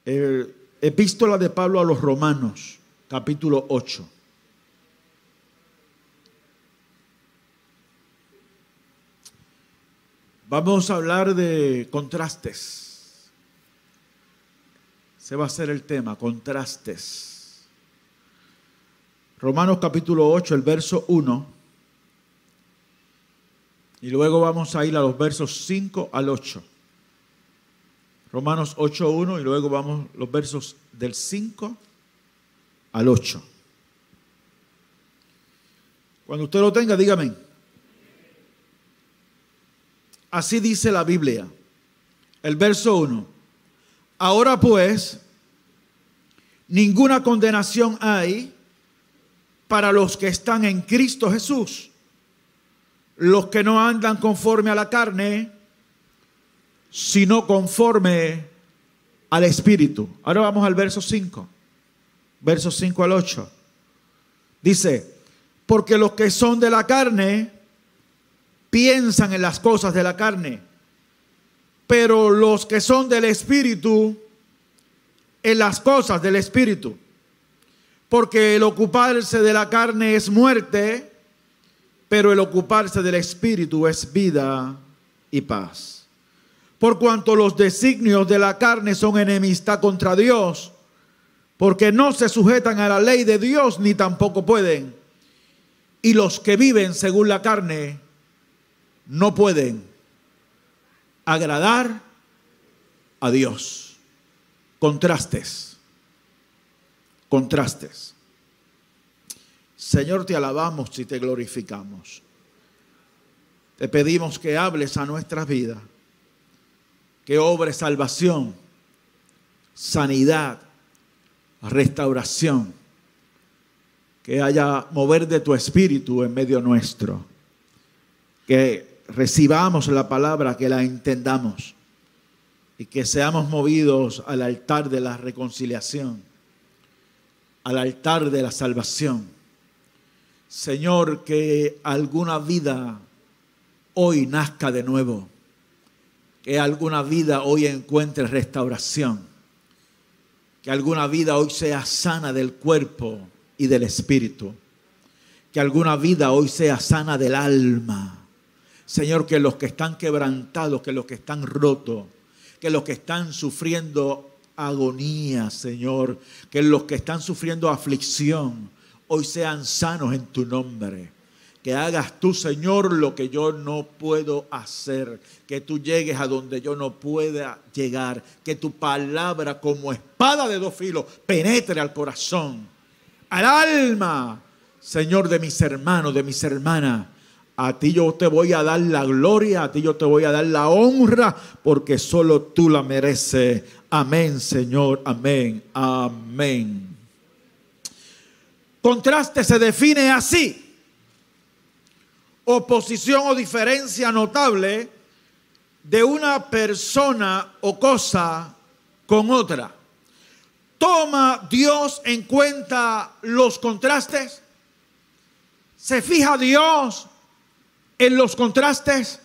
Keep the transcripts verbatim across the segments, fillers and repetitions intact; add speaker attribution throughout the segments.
Speaker 1: Eh, Epístola de Pablo a los Romanos, capítulo ocho. Vamos a hablar de contrastes. Ese va a ser el tema, contrastes. Romanos capítulo ocho, el verso uno. Y luego vamos a ir a los versos cinco al ocho. Romanos ocho, uno, y luego vamos los versos del cinco al ocho. Cuando usted lo tenga, dígame. Así dice la Biblia. El verso uno. Ahora pues, ninguna condenación hay para los que están en Cristo Jesús, los que no andan conforme a la carne, sino conforme al Espíritu. Ahora vamos al verso cinco. Verso cinco al ocho. Dice, porque los que son de la carne piensan en las cosas de la carne, pero los que son del Espíritu, en las cosas del Espíritu. Porque el ocuparse de la carne es muerte, pero el ocuparse del Espíritu es vida y paz. Por cuanto los designios de la carne son enemistad contra Dios, porque no se sujetan a la ley de Dios, ni tampoco pueden. Y los que viven según la carne no pueden agradar a Dios. Contrastes. Contrastes. Señor, te alabamos y te glorificamos. Te pedimos que hables a nuestras vidas, que obres salvación, sanidad, restauración, que haya mover de tu espíritu en medio nuestro, que recibamos la palabra, que la entendamos y que seamos movidos al altar de la reconciliación, al altar de la salvación. Señor, que alguna vida hoy nazca de nuevo, que alguna vida hoy encuentre restauración, que alguna vida hoy sea sana del cuerpo y del espíritu, que alguna vida hoy sea sana del alma. Señor, que los que están quebrantados, que los que están rotos, que los que están sufriendo agonía, Señor, que los que están sufriendo aflicción, hoy sean sanos en tu nombre. Que hagas tú, Señor, lo que yo no puedo hacer. Que tú llegues a donde yo no pueda llegar. Que tu palabra como espada de dos filos penetre al corazón, al alma, Señor, de mis hermanos, de mis hermanas. A ti yo te voy a dar la gloria, a ti yo te voy a dar la honra, porque solo tú la mereces. Amén, Señor, amén, amén. Contraste se define así: oposición o diferencia notable de una persona o cosa con otra. ¿Toma Dios en cuenta los contrastes? ¿Se fija Dios en los contrastes?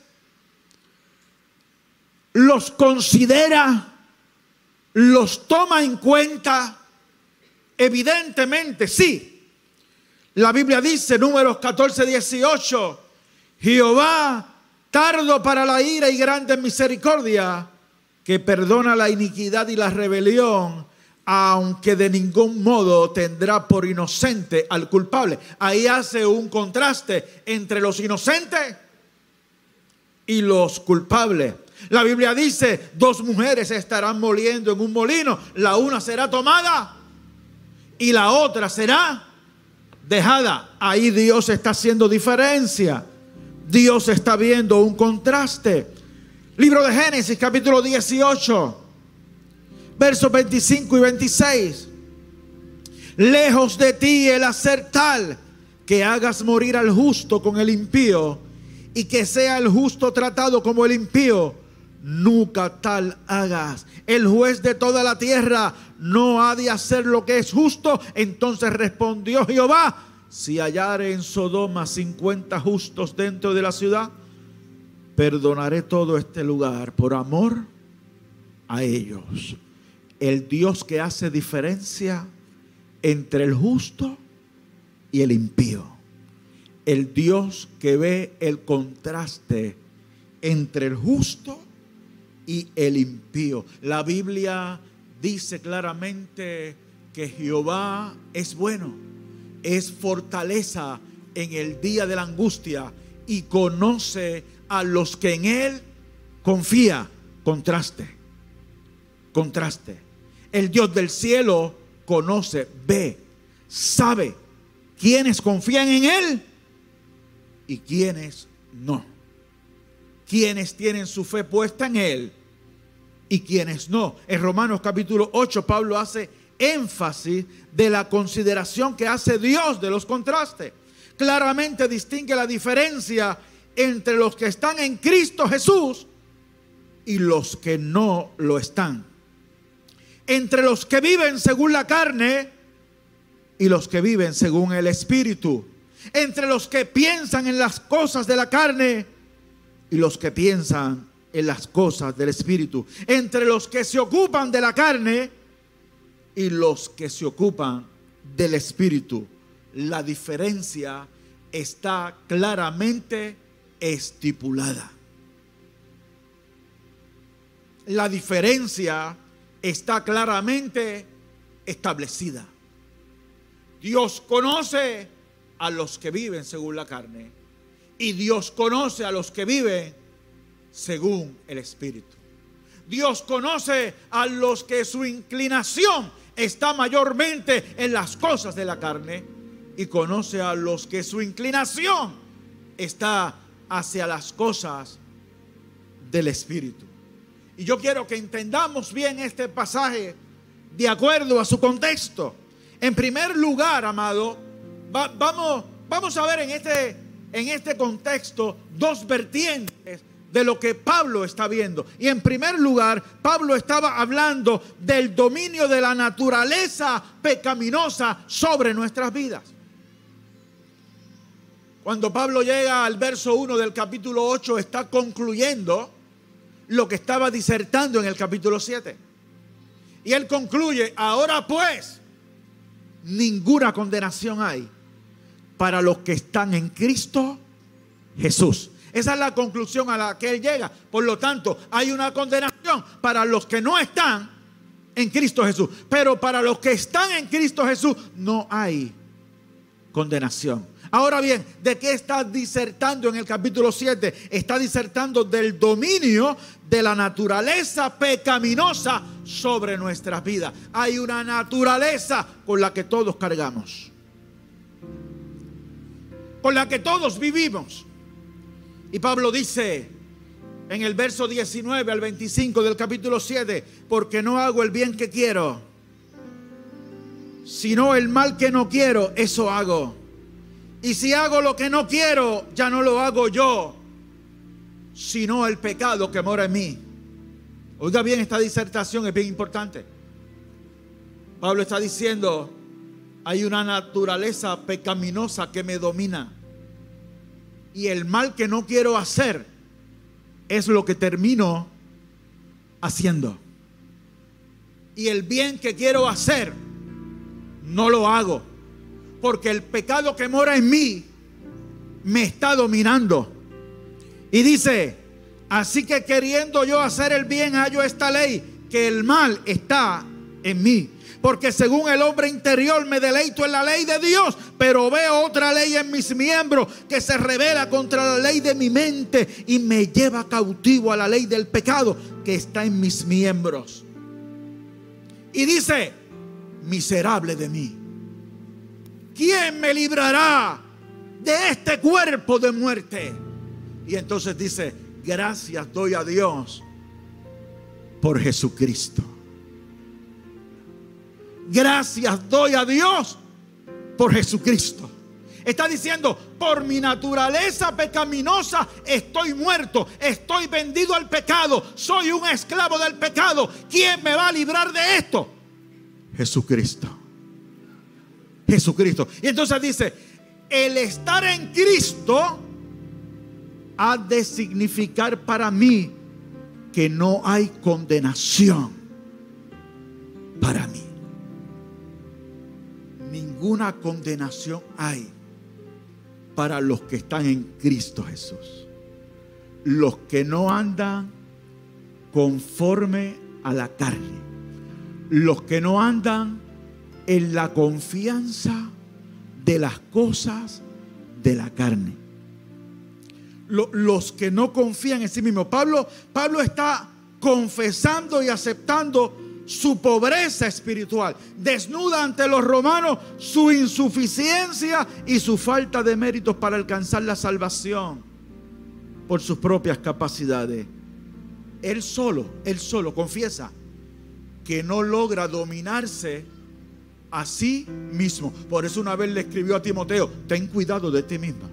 Speaker 1: ¿Los considera? ¿Los toma en cuenta? Evidentemente sí. La Biblia dice, Números catorce, dieciocho, Jehová tardo para la ira y grande en misericordia, que perdona la iniquidad y la rebelión, aunque de ningún modo tendrá por inocente al culpable. Ahí hace un contraste entre los inocentes y los culpables. La Biblia dice, dos mujeres estarán moliendo en un molino, la una será tomada y la otra será dejada. Ahí Dios está haciendo diferencia. Dios está viendo un contraste. Libro de Génesis, capítulo dieciocho, versos veinticinco y veintiséis. Lejos de ti el hacer tal que hagas morir al justo con el impío, y que sea el justo tratado como el impío. Nunca tal hagas. El juez de toda la tierra no ha de hacer lo que es justo. Entonces respondió Jehová: si hallare en Sodoma cincuenta justos dentro de la ciudad, perdonaré todo este lugar por amor a ellos. el Dios que hace diferencia entre el justo y el impío. El Dios que ve el contraste entre el justo y el impío. La Biblia dice claramente que Jehová es bueno, es fortaleza en el día de la angustia y conoce a los que en Él confía. Contraste, contraste. El Dios del cielo conoce, ve, sabe quiénes confían en Él y quiénes no. Quienes tienen su fe puesta en Él y quienes no. En Romanos capítulo ocho, Pablo hace énfasis de la consideración que hace Dios de los contrastes. Claramente distingue la diferencia entre los que están en Cristo Jesús y los que no lo están. Entre los que viven según la carne y los que viven según el Espíritu. Entre los que piensan en las cosas de la carne y los que piensan en las cosas del Espíritu. Entre los que se ocupan de la carne y los que se ocupan del Espíritu. La diferencia está claramente estipulada. La diferencia está claramente establecida. Dios conoce a los que viven según la carne y Dios conoce a los que viven según el Espíritu. Dios conoce a los que su inclinación está mayormente en las cosas de la carne y conoce a los que su inclinación está hacia las cosas del Espíritu. Y yo quiero que entendamos bien este pasaje de acuerdo a su contexto. En primer lugar, amado, va, vamos, vamos a ver en este, en este contexto dos vertientes de lo que Pablo está viendo. Y en primer lugar, Pablo estaba hablando del dominio de la naturaleza pecaminosa sobre nuestras vidas. Cuando Pablo llega al verso uno del capítulo ocho, está concluyendo lo que estaba disertando en el capítulo siete. Y él concluye: ahora pues, ninguna condenación hay para los que están en Cristo Jesús. Esa es la conclusión a la que él llega. Por lo tanto, hay una condenación para los que no están en Cristo Jesús. Pero para los que están en Cristo Jesús no hay condenación. Ahora bien, ¿de qué está disertando en el capítulo siete? Está disertando del dominio de la naturaleza pecaminosa sobre nuestras vidas. Hay una naturaleza con la que todos cargamos, con la que todos vivimos. Y Pablo dice en el verso diecinueve al veinticinco del capítulo siete: porque no hago el bien que quiero, sino el mal que no quiero, eso hago. Y si hago lo que no quiero, ya no lo hago yo, sino el pecado que mora en mí. Oiga bien, esta disertación es bien importante. Pablo está diciendo: hay una naturaleza pecaminosa que me domina. Y el mal que no quiero hacer es lo que termino haciendo. Y el bien que quiero hacer no lo hago, porque el pecado que mora en mí me está dominando. Y dice: así que queriendo yo hacer el bien, hallo esta ley, que el mal está en mí. Porque según el hombre interior me deleito en la ley de Dios, pero veo otra ley en mis miembros que se rebela contra la ley de mi mente y me lleva cautivo a la ley del pecado que está en mis miembros. Y dice: miserable de mí, ¿quién me librará de este cuerpo de muerte? Y entonces dice: gracias doy a Dios por Jesucristo. Gracias doy a Dios por Jesucristo. Está diciendo: por mi naturaleza pecaminosa estoy muerto, estoy vendido al pecado, soy un esclavo del pecado. ¿Quién me va a librar de esto? Jesucristo. Jesucristo. Y entonces dice: el estar en Cristo ha de significar para mí que no hay condenación ninguna condenación hay para los que están en Cristo Jesús. Los que no andan conforme a la carne. Los que no andan en la confianza de las cosas de la carne. Los que no confían en sí mismos. Pablo, Pablo está confesando y aceptando su pobreza espiritual. Desnuda ante los romanos su insuficiencia y su falta de méritos para alcanzar la salvación por sus propias capacidades. Él solo, él solo confiesa que no logra dominarse a sí mismo. Por eso una vez le escribió a Timoteo: ten cuidado de ti misma.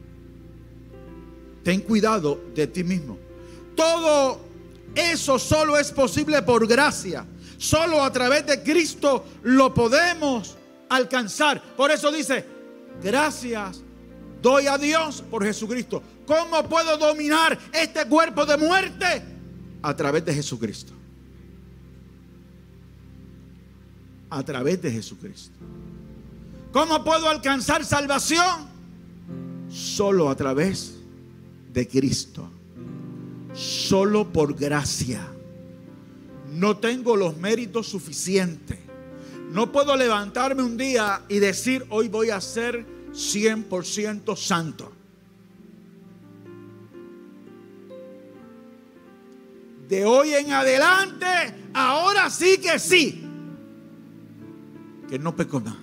Speaker 1: Ten cuidado de ti mismo. Todo eso solo es posible por gracia. Solo a través de Cristo lo podemos alcanzar. Por eso dice: gracias doy a Dios por Jesucristo. ¿Cómo puedo dominar este cuerpo de muerte? A través de Jesucristo. A través de Jesucristo. ¿Cómo puedo alcanzar salvación? Solo a través de Cristo. Solo por gracia. No tengo los méritos suficientes. No puedo levantarme un día y decir: hoy voy a ser cien por ciento santo. De hoy en adelante, ahora sí que sí, que no peco más,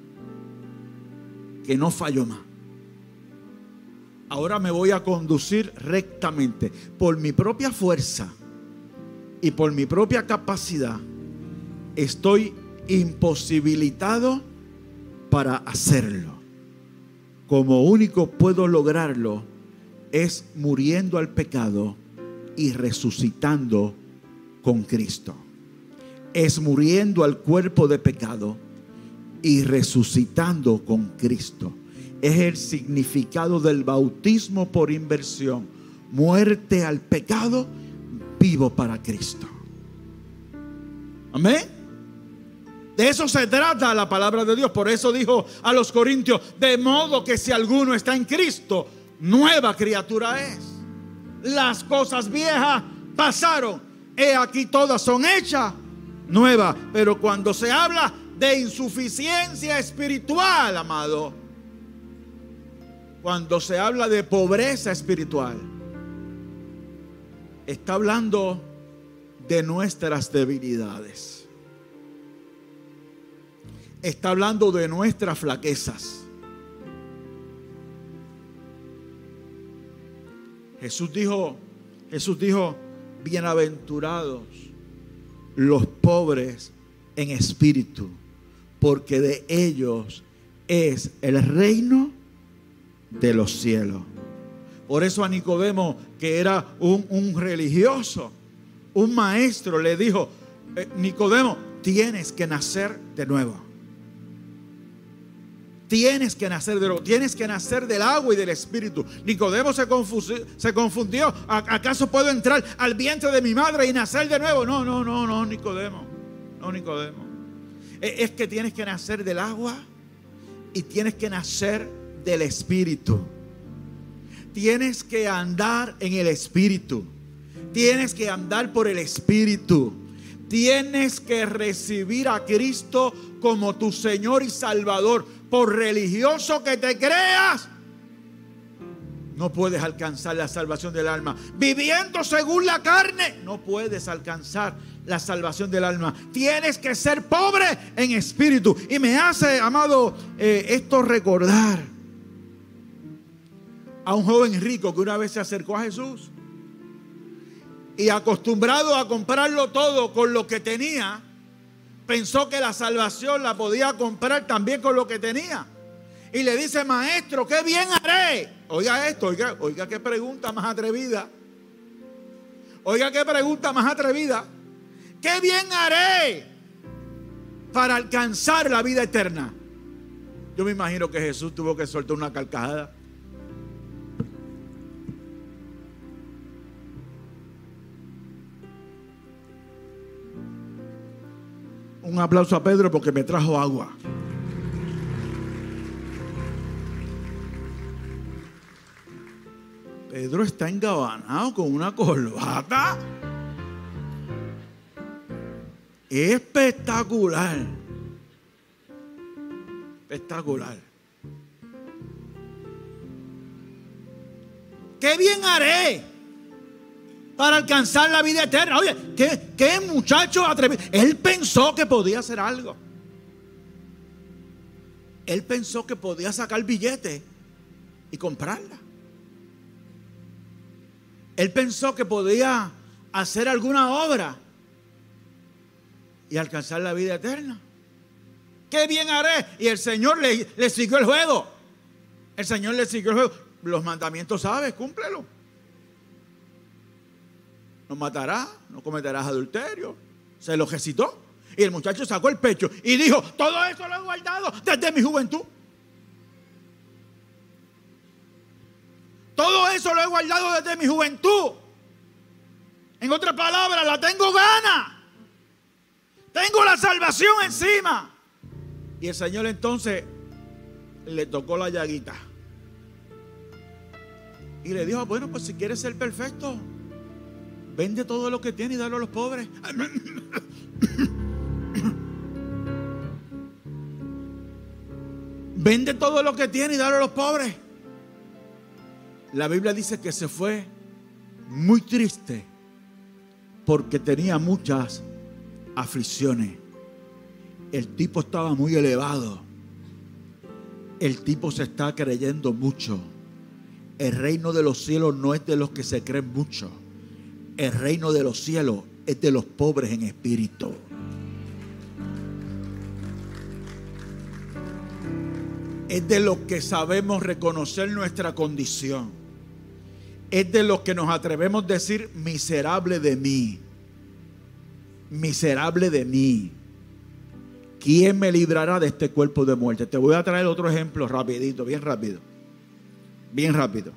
Speaker 1: que no fallo más. Ahora me voy a conducir rectamente. Por mi propia fuerza y por mi propia capacidad estoy imposibilitado para hacerlo. Como único puedo lograrlo es muriendo al pecado y resucitando con Cristo. Es muriendo al cuerpo de pecado y resucitando con Cristo. Es el significado del bautismo por inmersión. Muerte al pecado, vivo para Cristo. Amén. De eso se trata la palabra de Dios. Por eso dijo a los corintios: de modo que si alguno está en Cristo, nueva criatura es. Las cosas viejas pasaron, he aquí todas son hechas nuevas. Pero cuando se habla de insuficiencia espiritual, amado, cuando se habla de pobreza espiritual, está hablando de nuestras debilidades. Está hablando de nuestras flaquezas. Jesús dijo, Jesús dijo: bienaventurados los pobres en espíritu, porque de ellos es el reino de los cielos. Por eso a Nicodemo, que era un, un religioso, un maestro, le dijo: eh, Nicodemo, tienes que nacer de nuevo. Tienes que nacer de nuevo. Tienes que nacer del agua y del espíritu. Nicodemo se confundió. Se confundió. ¿Acaso puedo entrar al vientre de mi madre y nacer de nuevo? No, no, no, no, Nicodemo. No, Nicodemo. Es que tienes que nacer del agua y tienes que nacer del espíritu. Tienes que andar en el espíritu. Tienes que andar por el espíritu. Tienes que recibir a Cristo como tu Señor y Salvador. Por religioso que te creas, no puedes alcanzar la salvación del alma. Viviendo según la carne, no puedes alcanzar la salvación del alma. Tienes que ser pobre en espíritu. Y me hace, amado, eh, esto recordar a un joven rico que una vez se acercó a Jesús y, acostumbrado a comprarlo todo con lo que tenía, pensó que la salvación la podía comprar también con lo que tenía. Y le dice: maestro, ¿qué bien haré? Oiga esto, oiga, oiga qué pregunta más atrevida. Oiga qué pregunta más atrevida. ¿Qué bien haré para alcanzar la vida eterna? Yo me imagino que Jesús tuvo que soltar una carcajada. Un aplauso a Pedro porque me trajo agua. Pedro está engabanado con una corbata. Espectacular. Espectacular. ¿Qué bien haré para alcanzar la vida eterna? Oye, ¿qué, qué muchacho atrevido? Él pensó que podía hacer algo. Él pensó que podía sacar billetes y comprarla. Él pensó que podía hacer alguna obra y alcanzar la vida eterna. ¿Qué bien haré? Y el Señor le, le siguió el juego. El Señor le siguió el juego. Los mandamientos sabes, cúmplelo. No matarás, no cometerás adulterio. Se lo recitó. Y el muchacho sacó el pecho y dijo: todo eso lo he guardado desde mi juventud. Todo eso lo he guardado desde mi juventud. En otras palabras, la tengo gana. Tengo la salvación encima. Y el Señor entonces le tocó la llaguita. Y le dijo: bueno, pues si quieres ser perfecto, vende todo lo que tienes y dalo a los pobres. Vende todo lo que tienes y dalo a los pobres. La Biblia dice que se fue muy triste porque tenía muchas aflicciones. El tipo estaba muy elevado. El tipo se está creyendo mucho. El reino de los cielos no es de los que se creen mucho. El reino de los cielos es de los pobres en espíritu. Es de los que sabemos reconocer nuestra condición. Es de los que nos atrevemos a decir: miserable de mí. Miserable de mí. ¿Quién me librará de este cuerpo de muerte? Te voy a traer otro ejemplo rapidito, bien rápido. Bien rápido.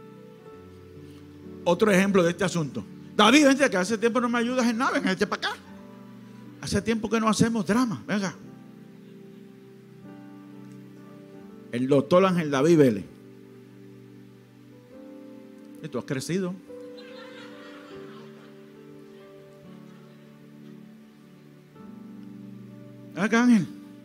Speaker 1: Otro ejemplo de este asunto. David, vente que hace tiempo no me ayudas en nada. Vente para acá. Hace tiempo que no hacemos drama. Venga. El doctor Ángel David Vélez. Y tú has crecido. Ven acá, Ángel.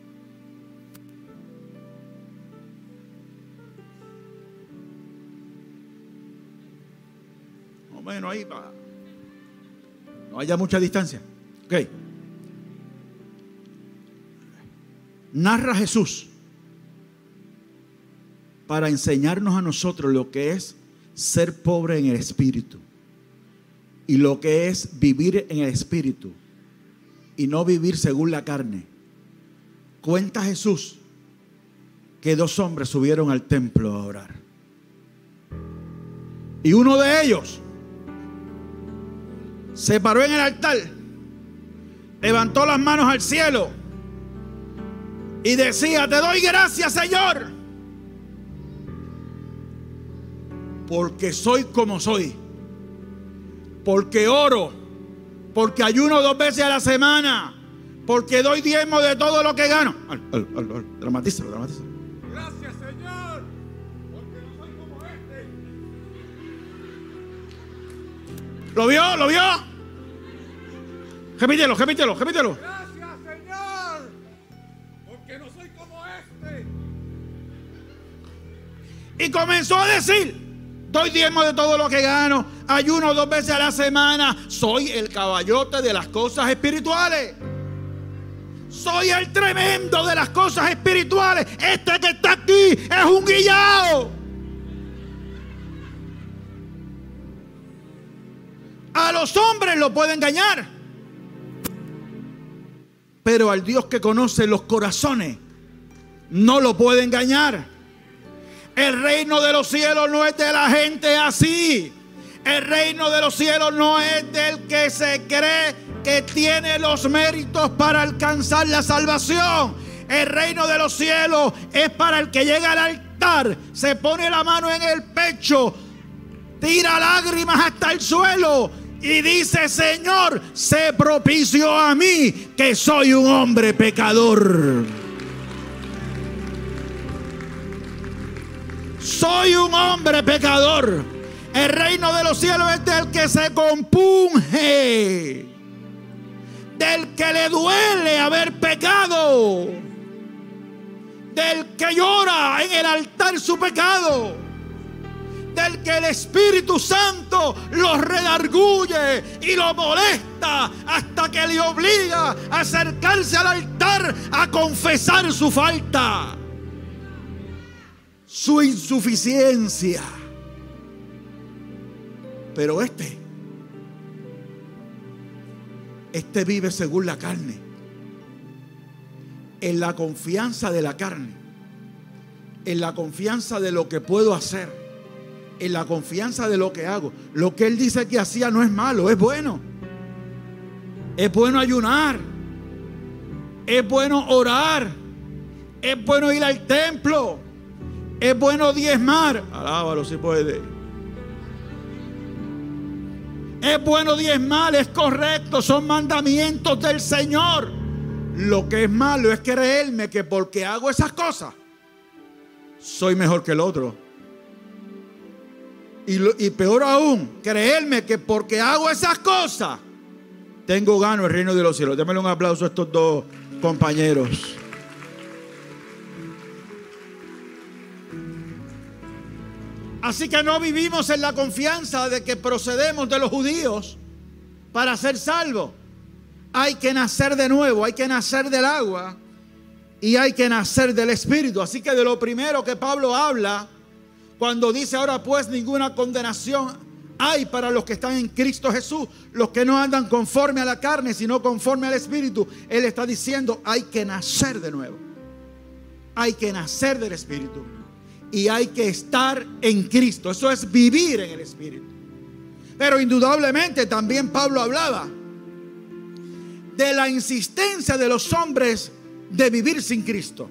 Speaker 1: Más o menos ahí para no haya mucha distancia. Ok. Narra Jesús para enseñarnos a nosotros lo que es ser pobre en el espíritu y lo que es vivir en el espíritu y no vivir según la carne. Cuenta Jesús que dos hombres subieron al templo a orar y uno de ellos se paró en el altar, levantó las manos al cielo y decía: te doy gracias, Señor, porque soy como soy, porque oro, porque ayuno dos veces a la semana, porque doy diezmo de todo lo que gano. Al, al, al, al, dramatízalo, dramatízalo.
Speaker 2: Gracias, Señor, porque no soy como este.
Speaker 1: ¿Lo vio? ¿Lo vio? Repítelo, repítelo, repítelo.
Speaker 2: Gracias, Señor, porque no soy como este.
Speaker 1: Y comenzó a decir: doy diezmo de todo lo que gano, ayuno dos veces a la semana, soy el caballote de las cosas espirituales. Soy el tremendo de las cosas espirituales. Este que está aquí es un guillao. A los hombres lo puede engañar, pero al Dios que conoce los corazones no lo puede engañar. El reino de los cielos no es de la gente así. El reino de los cielos no es del que se cree que tiene los méritos para alcanzar la salvación. El reino de los cielos es para el que llega al altar, se pone la mano en el pecho, tira lágrimas hasta el suelo y dice: Señor, sé propicio a mí, que soy un hombre pecador. Soy un hombre pecador. El reino de los cielos es del que se compunge, del que le duele haber pecado, del que llora en el altar su pecado, del que el Espíritu Santo lo redarguye y lo molesta hasta que le obliga a acercarse al altar a confesar su falta, su insuficiencia. Pero este, este vive según la carne, en la confianza de la carne, en la confianza de lo que puedo hacer, en la confianza de lo que hago. Lo que él dice que hacía no es malo, es bueno. Es bueno ayunar, es bueno orar, es bueno ir al templo, es bueno diezmar. Alábalo si puede. Es bueno diezmar, es correcto, son mandamientos del Señor. Lo que es malo es creerme que porque hago esas cosas soy mejor que el otro. Y, lo, y peor aún, creerme que porque hago esas cosas tengo gano el reino de los cielos. Démosle un aplauso a estos dos compañeros. Así que no vivimos en la confianza de que procedemos de los judíos para ser salvos. Hay que nacer de nuevo, hay que nacer del agua y hay que nacer del Espíritu. Así que de lo primero que Pablo habla cuando dice ahora pues ninguna condenación hay para los que están en Cristo Jesús, los que no andan conforme a la carne sino conforme al Espíritu. Él está diciendo hay que nacer de nuevo, hay que nacer del Espíritu. Y hay que estar en Cristo. Eso es vivir en el Espíritu. Pero indudablemente también Pablo hablaba de la insistencia de los hombres de vivir sin Cristo,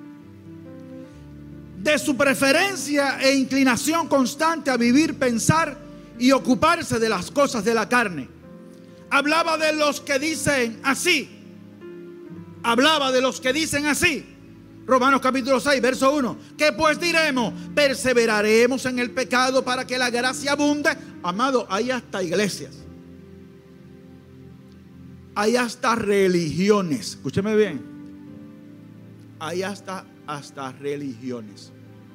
Speaker 1: de su preferencia e inclinación constante a vivir, pensar y ocuparse de las cosas de la carne. Hablaba de los que dicen así. Hablaba de los que dicen así. Romanos capítulo seis, verso uno. ¿Qué pues diremos? ¿Perseveraremos en el pecado para que la gracia abunde? Amado, hay hasta iglesias, hay hasta religiones. Escúcheme bien. Hay hasta, hasta religiones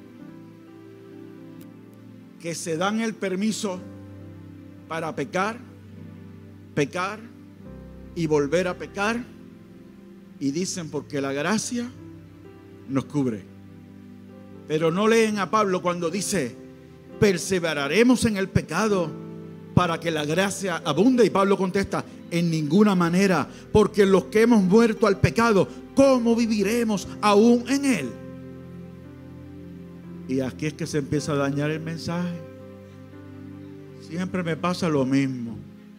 Speaker 1: que se dan el permiso para pecar, pecar y volver a pecar. Y dicen porque la gracia nos cubre. Pero no leen a Pablo cuando dice perseveraremos en el pecado para que la gracia abunde. Y Pablo contesta en ninguna manera, porque los que hemos muerto al pecado, ¿cómo viviremos aún en él? Y aquí es que se empieza a dañar el mensaje. Siempre me pasa lo mismo.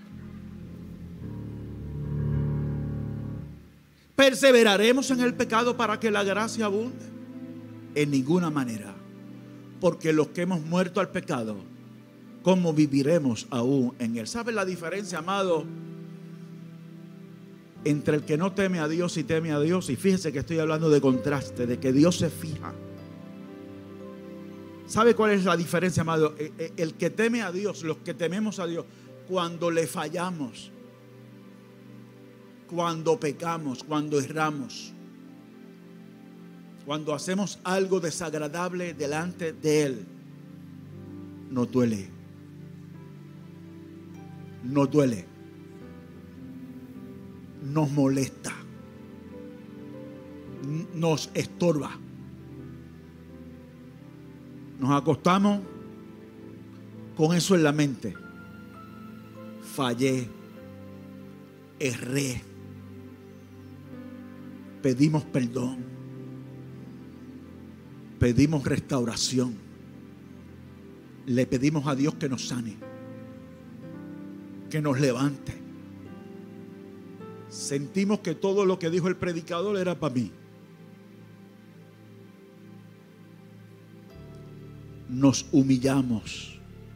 Speaker 1: ¿Perseveraremos en el pecado para que la gracia abunde? En ninguna manera. Porque los que hemos muerto al pecado, ¿cómo viviremos aún en él? ¿Sabe la diferencia, amado, entre el que no teme a Dios y teme a Dios? Y fíjese que estoy hablando de contraste, de que Dios se fija. ¿Sabe cuál es la diferencia, amado? El que teme a Dios, los que tememos a Dios, cuando le fallamos, cuando pecamos, cuando erramos, cuando hacemos algo desagradable delante de Él, nos duele. Nos duele. Nos molesta. Nos estorba. Nos acostamos con eso en la mente. Fallé. Erré. Pedimos perdón, pedimos restauración, le pedimos a Dios que nos sane, que nos levante. Sentimos que todo lo que dijo el predicador era para mí. Nos humillamos,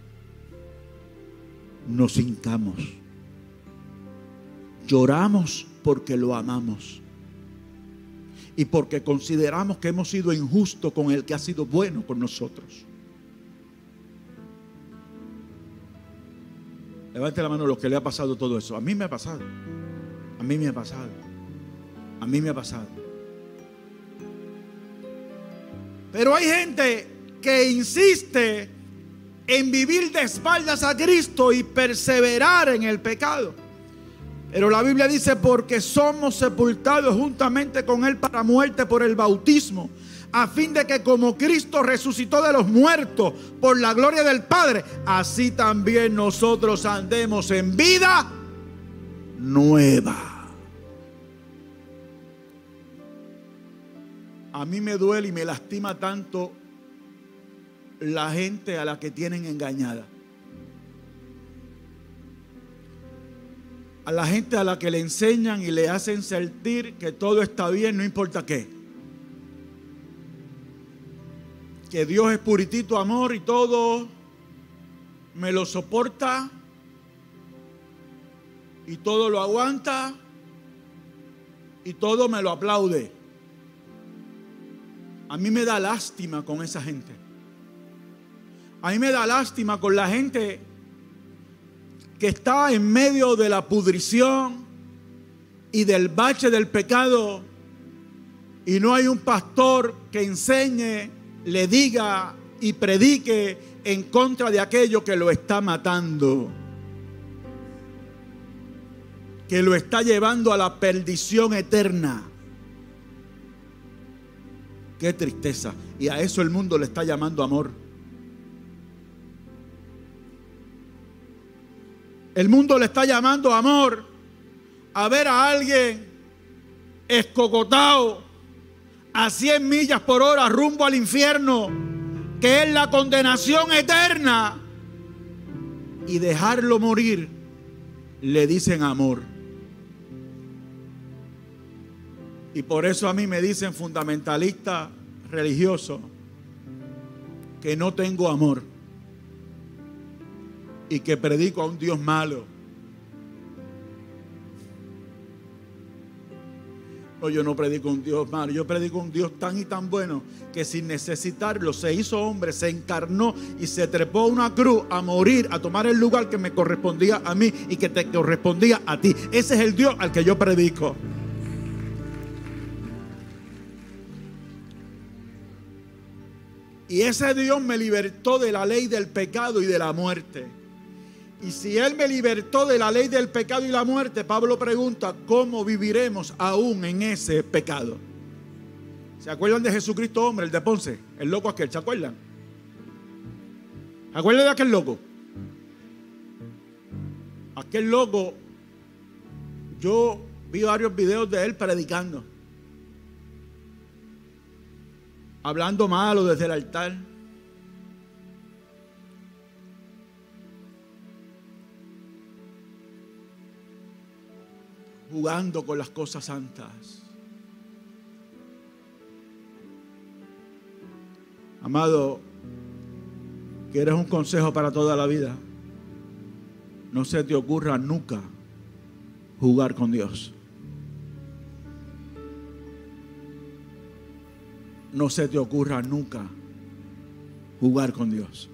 Speaker 1: nos hincamos, lloramos porque lo amamos. Y porque consideramos que hemos sido injustos con el que ha sido bueno con nosotros. Levante la mano los que le ha pasado todo eso. A mí me ha pasado. A mí me ha pasado. A mí me ha pasado. Pero hay gente que insiste en vivir de espaldas a Cristo y perseverar en el pecado. Pero la Biblia dice: porque somos sepultados juntamente con Él para muerte por el bautismo, a fin de que como Cristo resucitó de los muertos por la gloria del Padre, así también nosotros andemos en vida nueva. A mí me duele y me lastima tanto la gente a la que tienen engañada. A la gente a la que le enseñan y le hacen sentir que todo está bien, no importa qué. Que Dios es puritito amor y todo me lo soporta y todo lo aguanta y todo me lo aplaude. A mí me da lástima con esa gente. A mí me da lástima con la gente que está en medio de la pudrición y del bache del pecado y no hay un pastor que enseñe, le diga y predique en contra de aquello que lo está matando, que lo está llevando a la perdición eterna. Qué tristeza. Y a eso el mundo le está llamando amor. El mundo le está llamando amor a ver a alguien escogotado a cien millas por hora rumbo al infierno, que es la condenación eterna, y dejarlo morir. Le dicen amor. Y por eso a mí me dicen fundamentalista religioso que no tengo amor y que predico a un Dios malo. No, yo no predico a un Dios malo, yo predico a un Dios tan y tan bueno que sin necesitarlo se hizo hombre, se encarnó y se trepó a una cruz a morir, a tomar el lugar que me correspondía a mí y que te correspondía a ti. Ese es el Dios al que yo predico. Y ese Dios me libertó de la ley del pecado y de la muerte. Y si Él me libertó de la ley del pecado y la muerte, Pablo pregunta: ¿cómo viviremos aún en ese pecado? ¿Se acuerdan de Jesucristo hombre, el de Ponce? El loco aquel, ¿se acuerdan? ¿Se acuerdan de aquel loco? Aquel loco, yo vi varios videos de él predicando, hablando malo desde el altar. Jugando con las cosas santas. Amado, ¿quieres un consejo para toda la vida? No se te ocurra nunca jugar con Dios. No se te ocurra nunca jugar con Dios.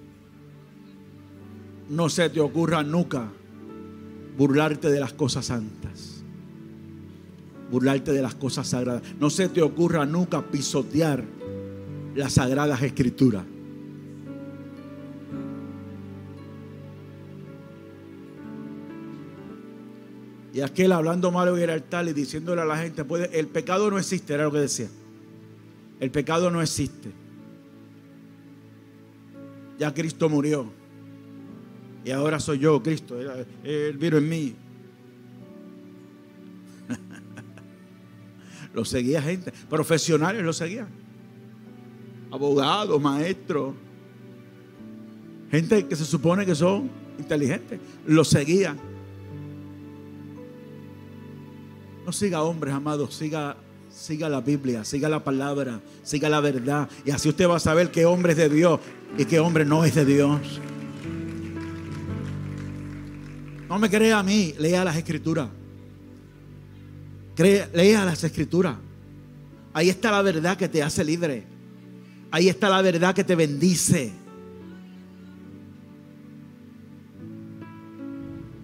Speaker 1: No se te ocurra nunca burlarte de las cosas santas. Burlarte de las cosas sagradas. No se te ocurra nunca pisotear las sagradas escrituras. Y aquel hablando malo en el altar y diciéndole a la gente: puede, el pecado no existe, era lo que decía. El pecado no existe. Ya Cristo murió. Y ahora soy yo, Cristo. Él vino en mí. Lo seguía gente, profesionales lo seguían, abogados, maestros, gente que se supone que son inteligentes, lo seguían. No siga hombres, amados, siga, siga la Biblia, siga la palabra, siga la verdad, y así usted va a saber qué hombre es de Dios y qué hombre no es de Dios. No me crea a mí, lea las escrituras. Crea, lea las escrituras. Ahí está la verdad que te hace libre. Ahí está la verdad que te bendice.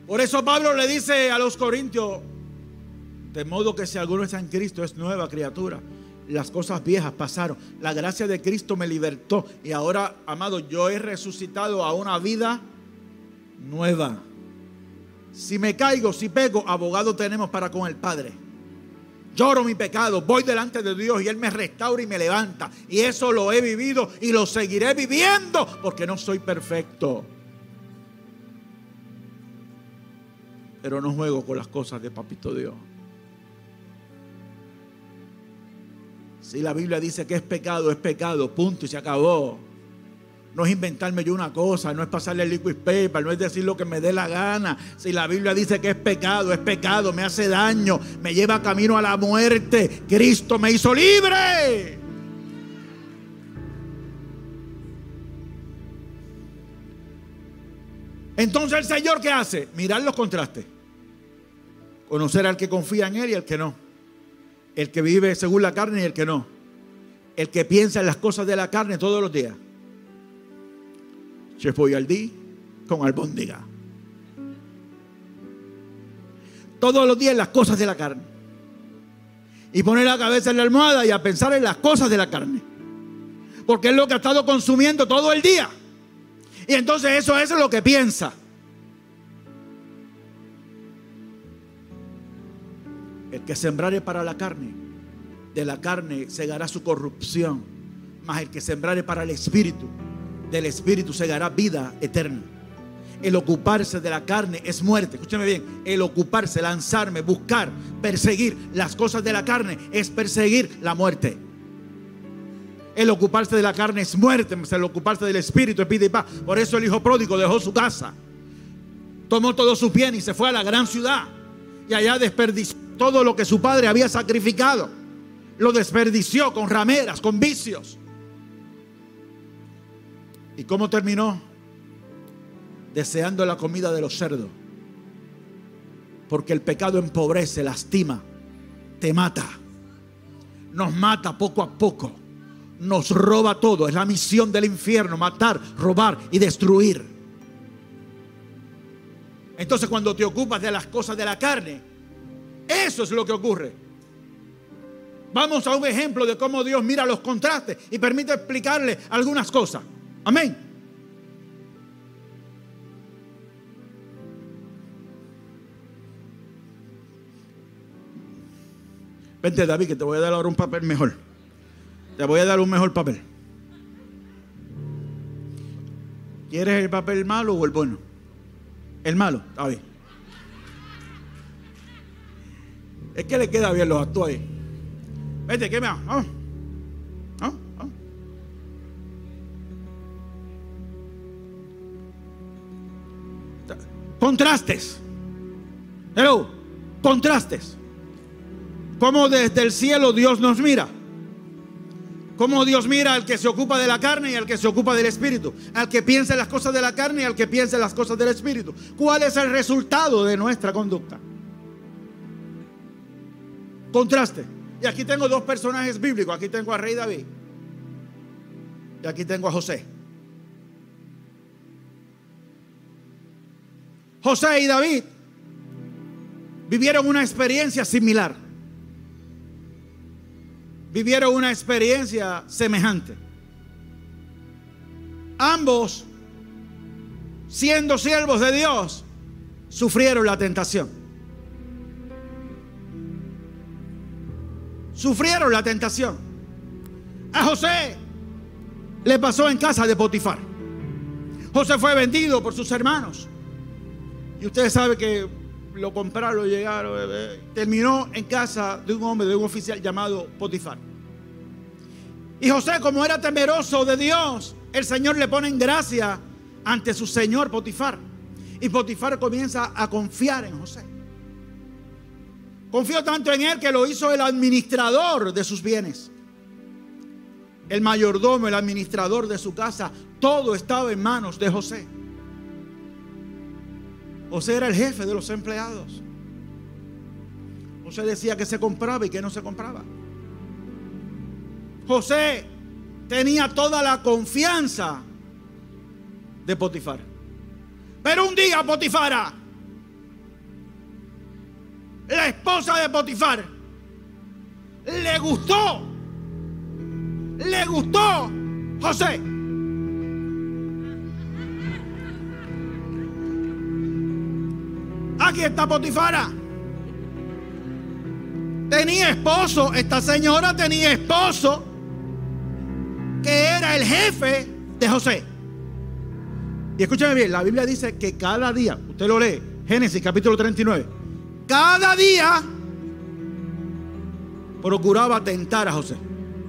Speaker 1: Por eso Pablo le dice a los corintios: de modo que si alguno está en Cristo, es nueva criatura. Las cosas viejas pasaron. La gracia de Cristo me libertó. Y ahora, amado, yo he resucitado a una vida nueva. Si me caigo, si pego, abogado tenemos para con el Padre. Lloro mi pecado, voy delante de Dios y Él me restaura y me levanta. Y eso lo he vivido y lo seguiré viviendo, porque no soy perfecto. Pero no juego con las cosas de Papito Dios. Si la Biblia dice que es pecado, es pecado, punto, y se acabó. No es inventarme yo una cosa, no es pasarle el liquid paper, no es decir lo que me dé la gana. Si la Biblia dice que es pecado, es pecado, me hace daño, me lleva camino a la muerte. Cristo me hizo libre. Entonces el Señor, ¿qué hace? Mirar los contrastes. Conocer al que confía en Él y al que no. El que vive según la carne y el que no. El que piensa en las cosas de la carne todos los días. Chef Boyardee con albóndiga. Todos los días en las cosas de la carne. Y poner la cabeza en la almohada y a pensar en las cosas de la carne. Porque es lo que ha estado consumiendo todo el día. Y entonces eso es lo que piensa. El que sembrare para la carne, de la carne segará su corrupción. Mas el que sembrare para el espíritu, del espíritu segará vida eterna. El ocuparse de la carne es muerte. Escúchame bien. El ocuparse, lanzarme, buscar, perseguir las cosas de la carne es perseguir la muerte. El ocuparse de la carne es muerte. El ocuparse del espíritu es vida y paz. Por eso el hijo pródigo dejó su casa, tomó todos sus bienes y se fue a la gran ciudad. Y allá desperdició todo lo que su padre había sacrificado. Lo desperdició con rameras, con vicios. ¿Y cómo terminó? Deseando la comida de los cerdos. Porque el pecado empobrece, lastima, te mata. Nos mata poco a poco. Nos roba todo. Es la misión del infierno: matar, robar y destruir. Entonces, cuando te ocupas de las cosas de la carne, eso es lo que ocurre. Vamos a un ejemplo de cómo Dios mira los contrastes y permite explicarle algunas cosas. Amén. Vente, David, que te voy a dar ahora un papel mejor. Te voy a dar un mejor papel. ¿Quieres el papel malo o el bueno? El malo, está bien. Es que le queda bien los actúos ahí. Vete, ¿qué me hago? Vamos. Vamos, vamos. Contrastes. Hello. Contrastes. Cómo desde el cielo Dios nos mira. Cómo Dios mira al que se ocupa de la carne y al que se ocupa del espíritu. Al que piensa en las cosas de la carne y al que piensa en las cosas del espíritu. ¿Cuál es el resultado de nuestra conducta? Contraste. Y aquí tengo dos personajes bíblicos. Aquí tengo al rey David y aquí tengo a José. José y David vivieron una experiencia similar. Vivieron una experiencia semejante. Ambos, siendo siervos de Dios, sufrieron la tentación. Sufrieron la tentación. A José le pasó en casa de Potifar. José fue vendido por sus hermanos. Y ustedes saben que lo compraron, lo llegaron, eh, terminó en casa de un hombre, de un oficial llamado Potifar. Y José, como era temeroso de Dios, el Señor le pone en gracia ante su señor Potifar. Y Potifar comienza a confiar en José. Confió tanto en él que lo hizo el administrador de sus bienes. El mayordomo, el administrador de su casa, todo estaba en manos de José. José era el jefe de los empleados. José decía que se compraba y que no se compraba. José tenía toda la confianza de Potifar. Pero un día Potifar la esposa de Potifar le gustó, le gustó José. Aquí está Potifara. Tenía esposo, esta señora tenía esposo que era el jefe de José. Y escúchame bien, la Biblia dice que cada día, usted lo lee, Génesis capítulo treinta y nueve, cada día procuraba tentar a José.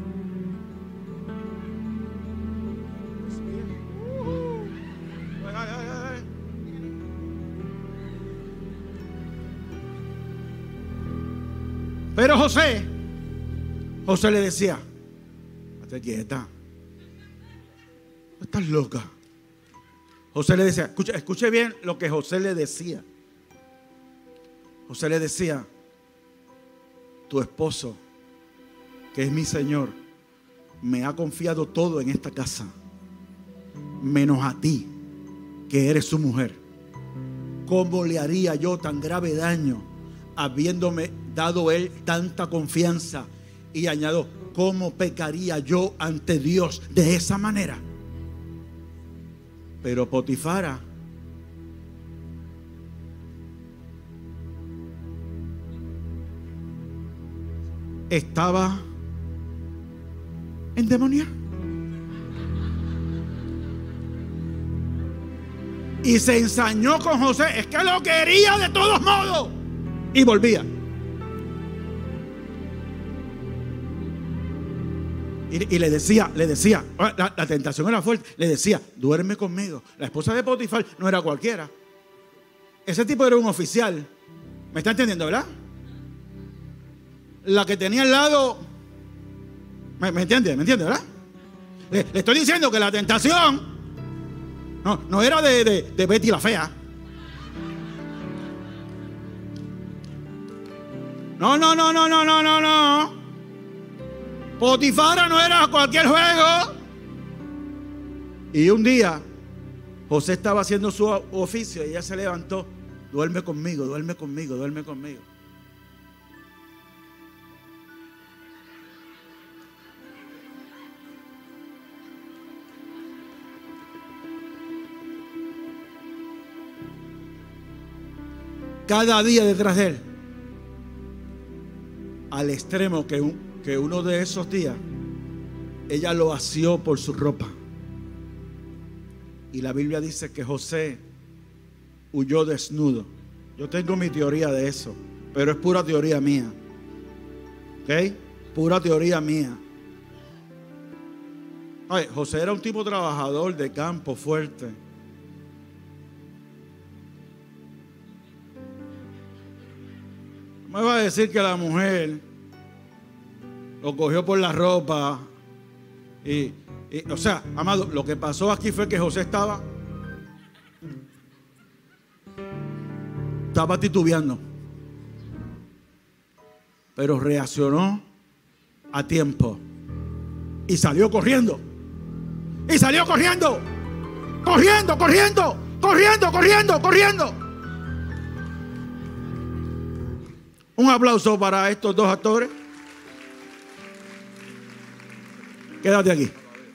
Speaker 1: Pero José, José le decía, estate quieta, estás loca. José le decía, escuche, escuche bien lo que José le decía. José le decía, tu esposo, que es mi Señor, me ha confiado todo en esta casa, menos a ti, que eres su mujer. ¿Cómo le haría yo tan grave daño habiéndome dado él tanta confianza? Y añado, ¿cómo pecaría yo ante Dios de esa manera? Pero Potifara estaba endemoniada y se ensañó con José. Es que lo quería de todos modos y volvía. Y, y le decía, le decía, la, la tentación era fuerte, le decía, duerme conmigo. La esposa de Potifar no era cualquiera. Ese tipo era un oficial. ¿Me está entendiendo, verdad? La que tenía al lado, ¿me, me entiende? ¿Me entiende, verdad? Le, le estoy diciendo que la tentación no, no era de, de, de Betty la fea. No, no, no, no, no, no, no, no. Potifara no era cualquier juego. Y un día José estaba haciendo su oficio y ella se levantó. Duerme conmigo, duerme conmigo, duerme conmigo. Cada día detrás de él, al extremo que, un, que uno de esos días ella lo asió por su ropa. Y la Biblia dice que José huyó desnudo. Yo tengo mi teoría de eso, pero es pura teoría mía. ¿Ok? Pura teoría mía. Ay, José era un tipo trabajador de campo, fuerte. Me va a decir que la mujer lo cogió por la ropa y, y, o sea, amado, lo que pasó aquí fue que José estaba estaba titubeando, pero reaccionó a tiempo y salió corriendo y salió corriendo corriendo, corriendo, corriendo, corriendo, corriendo. Un aplauso para estos dos actores. Quédate aquí.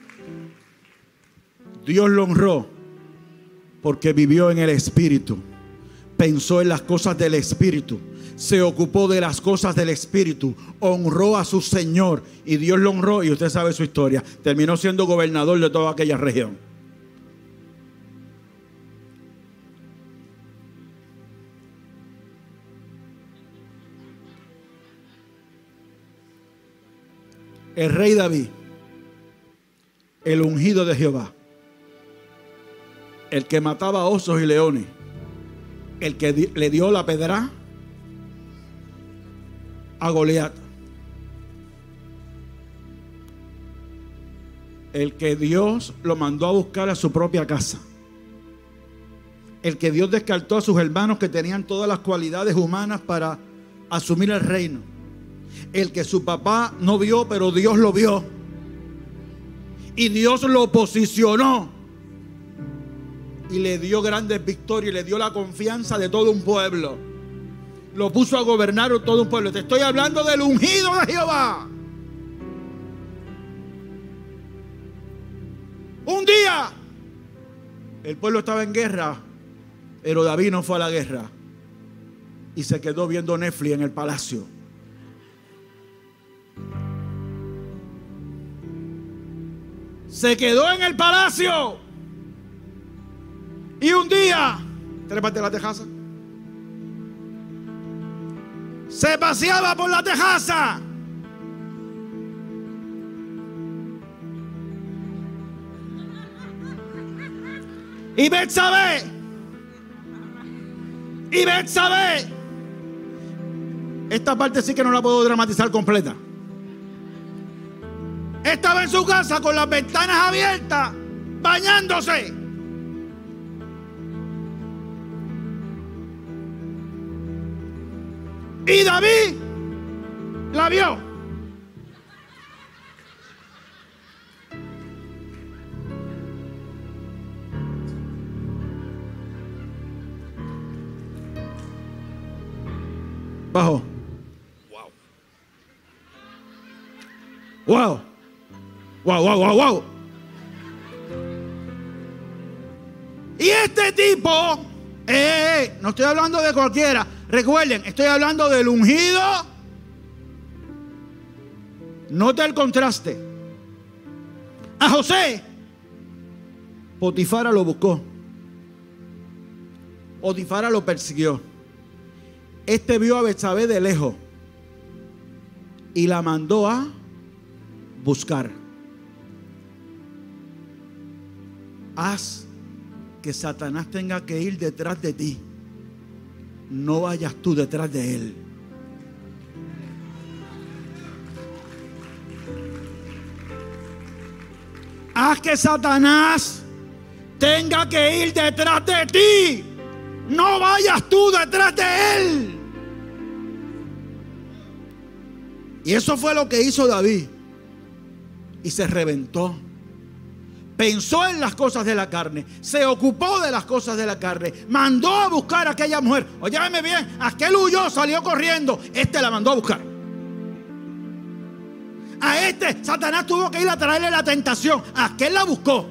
Speaker 1: Dios lo honró porque vivió en el Espíritu, pensó en las cosas del Espíritu, se ocupó de las cosas del Espíritu, honró a su Señor y Dios lo honró. Y usted sabe su historia, terminó siendo gobernador de toda aquella región. El rey David, el ungido de Jehová, el que mataba osos y leones, el que di, le dio la pedra a Goliat, el que Dios lo mandó a buscar a su propia casa, el que Dios descartó a sus hermanos que tenían todas las cualidades humanas para asumir el reino, el que su papá no vio, pero Dios lo vio. Y Dios lo posicionó. Y le dio grandes victorias y le dio la confianza de todo un pueblo. lo puso a gobernar todo un pueblo. Te estoy hablando del ungido de Jehová. Un día el pueblo estaba en guerra, pero David no fue a la guerra y se quedó viendo Netflix en el palacio. Se quedó en el palacio. Y un día, trépate a la tejaza, se paseaba por la tejaza. Y Betsabé, y Betsabé, esta parte sí que no la puedo dramatizar completa. Estaba en su casa con las ventanas abiertas, bañándose. Y David la vio. Bajo. Wow. Wow. Wow, wow, wow, wow. Y este tipo, eh, eh, no estoy hablando de cualquiera. Recuerden, estoy hablando del ungido. Nota el contraste. A José, Potifara lo buscó. Potifara lo persiguió. Este vio a Betsabé de lejos y la mandó a buscar. Haz que Satanás tenga que ir detrás de ti. No vayas tú detrás de él. Haz que Satanás tenga que ir detrás de ti. No vayas tú detrás de él. Y eso fue lo que hizo David. Y se reventó. Pensó en las cosas de la carne. Se ocupó de las cosas de la carne. Mandó a buscar a aquella mujer. Óyeme bien, aquel huyó, salió corriendo. Este la mandó a buscar. A este Satanás tuvo que ir a traerle la tentación. Aquel la buscó.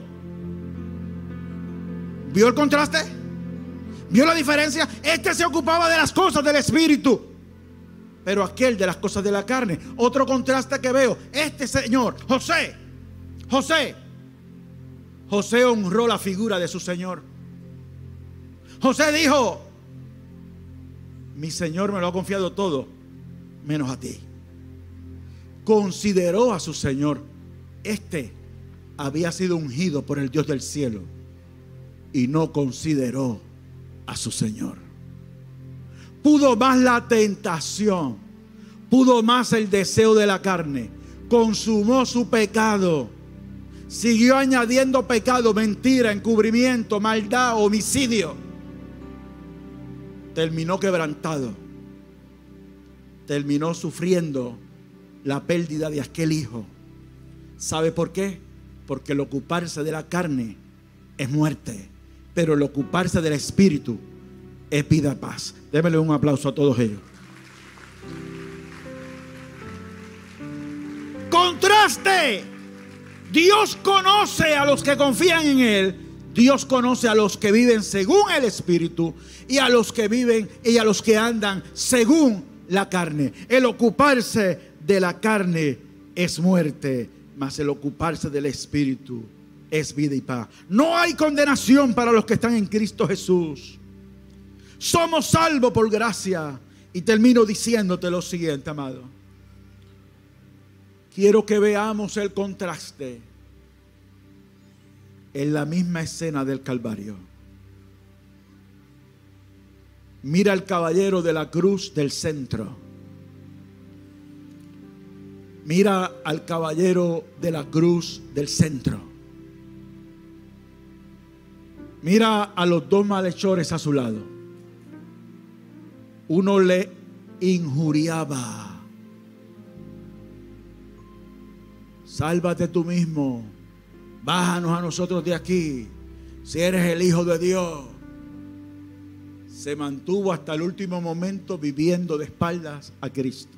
Speaker 1: ¿Vio el contraste? ¿Vio la diferencia? Este se ocupaba de las cosas del espíritu, pero aquel de las cosas de la carne. Otro contraste que veo. Este señor, José, José, José honró la figura de su Señor. José dijo: mi Señor me lo ha confiado todo, menos a ti. Consideró a su Señor. Este había sido ungido por el Dios del cielo y no consideró a su Señor. Pudo más la tentación, pudo más el deseo de la carne, consumó su pecado, siguió añadiendo pecado, mentira, encubrimiento, maldad, homicidio. Terminó quebrantado, terminó sufriendo la pérdida de aquel hijo. ¿Sabe por qué? Porque el ocuparse de la carne es muerte, pero el ocuparse del espíritu es vida y paz. Démele un aplauso a todos ellos. Contraste. Dios conoce a los que confían en Él. Dios conoce a los que viven según el espíritu y a los que viven y a los que andan según la carne. El ocuparse de la carne es muerte, mas el ocuparse del espíritu es vida y paz. No hay condenación para los que están en Cristo Jesús. Somos salvos por gracia. Y termino diciéndote lo siguiente, amado. Quiero que veamos el contraste en la misma escena del Calvario. Mira al caballero de la cruz del centro. Mira al caballero de la cruz del centro. Mira a los dos malhechores a su lado. Uno le injuriaba: sálvate tú mismo, bájanos a nosotros de aquí, si eres el Hijo de Dios. se mantuvo hasta el último momento viviendo de espaldas a Cristo.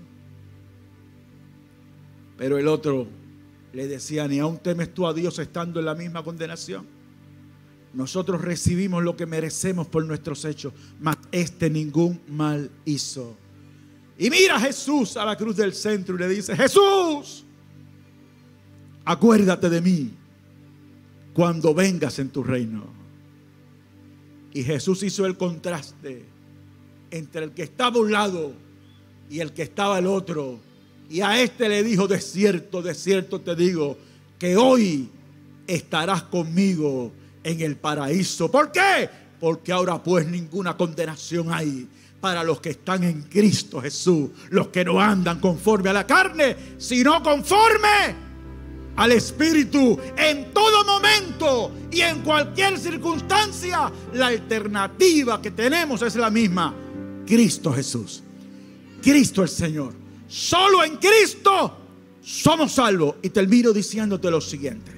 Speaker 1: Pero el otro le decía: ¿ni aún temes tú a Dios estando en la misma condenación? Nosotros recibimos lo que merecemos por nuestros hechos, mas este ningún mal hizo. Y mira a Jesús a la cruz del centro y le dice: Jesús, acuérdate de mí cuando vengas en tu reino. Y Jesús hizo el contraste entre el que estaba a un lado y el que estaba al otro. Y a este le dijo: de cierto, de cierto te digo, que hoy estarás conmigo en el paraíso. ¿Por qué? Porque ahora pues ninguna condenación hay para los que están en Cristo Jesús, los que no andan conforme a la carne, sino conforme al Espíritu. En todo momento y en cualquier circunstancia, la alternativa que tenemos es la misma: Cristo Jesús, Cristo el Señor. Solo en Cristo somos salvos. Y termino diciéndote lo siguiente: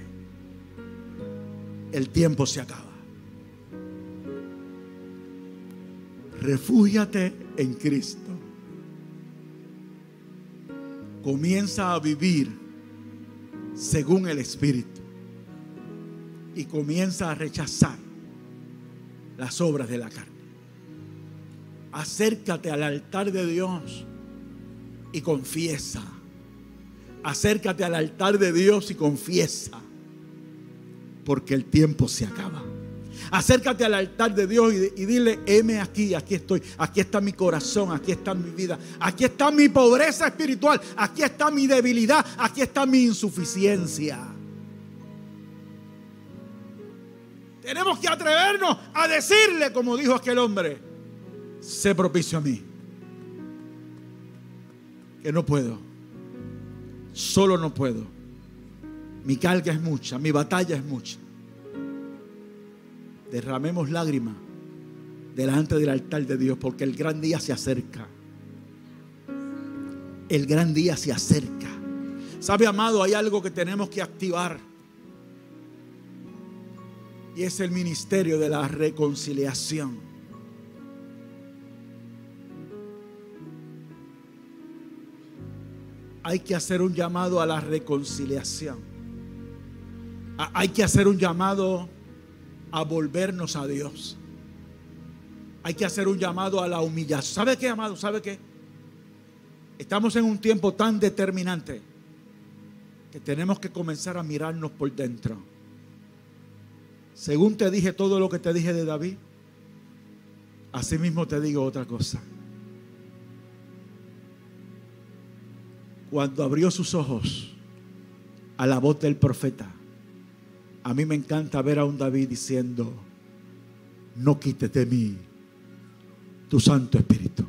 Speaker 1: el tiempo se acaba. Refúgiate en Cristo. Comienza a vivir según el Espíritu y comienza a rechazar las obras de la carne. Acércate al altar de Dios y confiesa. Acércate al altar de Dios y confiesa, porque el tiempo se acaba. Acércate al altar de Dios y, y dile: heme aquí, aquí estoy, aquí está mi corazón, aquí está mi vida, aquí está mi pobreza espiritual, aquí está mi debilidad, aquí está mi insuficiencia. Tenemos que atrevernos a decirle, como dijo aquel hombre: sé propicio a mí, que no puedo, solo no puedo, mi carga es mucha, mi batalla es mucha. Derramemos lágrimas delante del altar de Dios, porque el gran día se acerca. El gran día se acerca. ¿Sabe, amado? Hay algo que tenemos que activar, y es el ministerio de la reconciliación. Hay que hacer un llamado a la reconciliación. Hay que hacer un llamado a volvernos a Dios. Hay que hacer un llamado a la humillación. ¿Sabe qué, amado? ¿Sabe qué? Estamos en un tiempo tan determinante que tenemos que comenzar a mirarnos por dentro. Según te dije todo lo que te dije de David, así mismo te digo otra cosa. Cuando abrió sus ojos a la voz del profeta, a mí me encanta ver a un David diciendo: no quites de mí tu Santo Espíritu.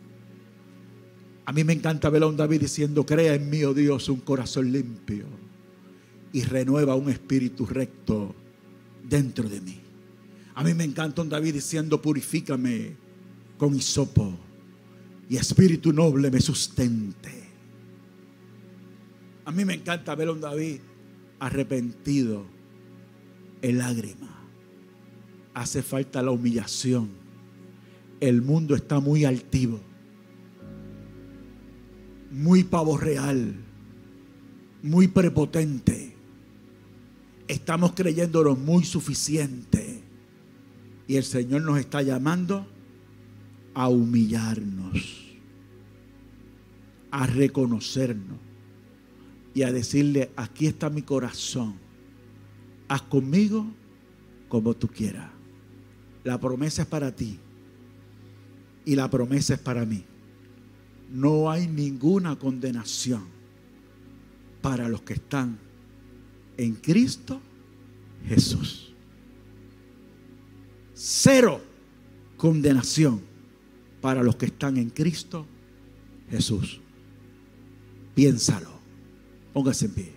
Speaker 1: A mí me encanta ver a un David diciendo: crea en mí, oh Dios, un corazón limpio y renueva un espíritu recto dentro de mí. A mí me encanta un David diciendo: purifícame con hisopo y espíritu noble me sustente. A mí me encanta ver a un David arrepentido en lágrimas. Hace falta la humillación. El mundo está muy altivo, muy pavo real, muy prepotente. Estamos creyéndonos muy suficientes, y el Señor nos está llamando a humillarnos, a reconocernos y a decirle: aquí está mi corazón, haz conmigo como tú quieras. La promesa es para ti y la promesa es para mí. No hay ninguna condenación para los que están en Cristo Jesús. Cero condenación para los que están en Cristo Jesús. Piénsalo. Póngase en pie.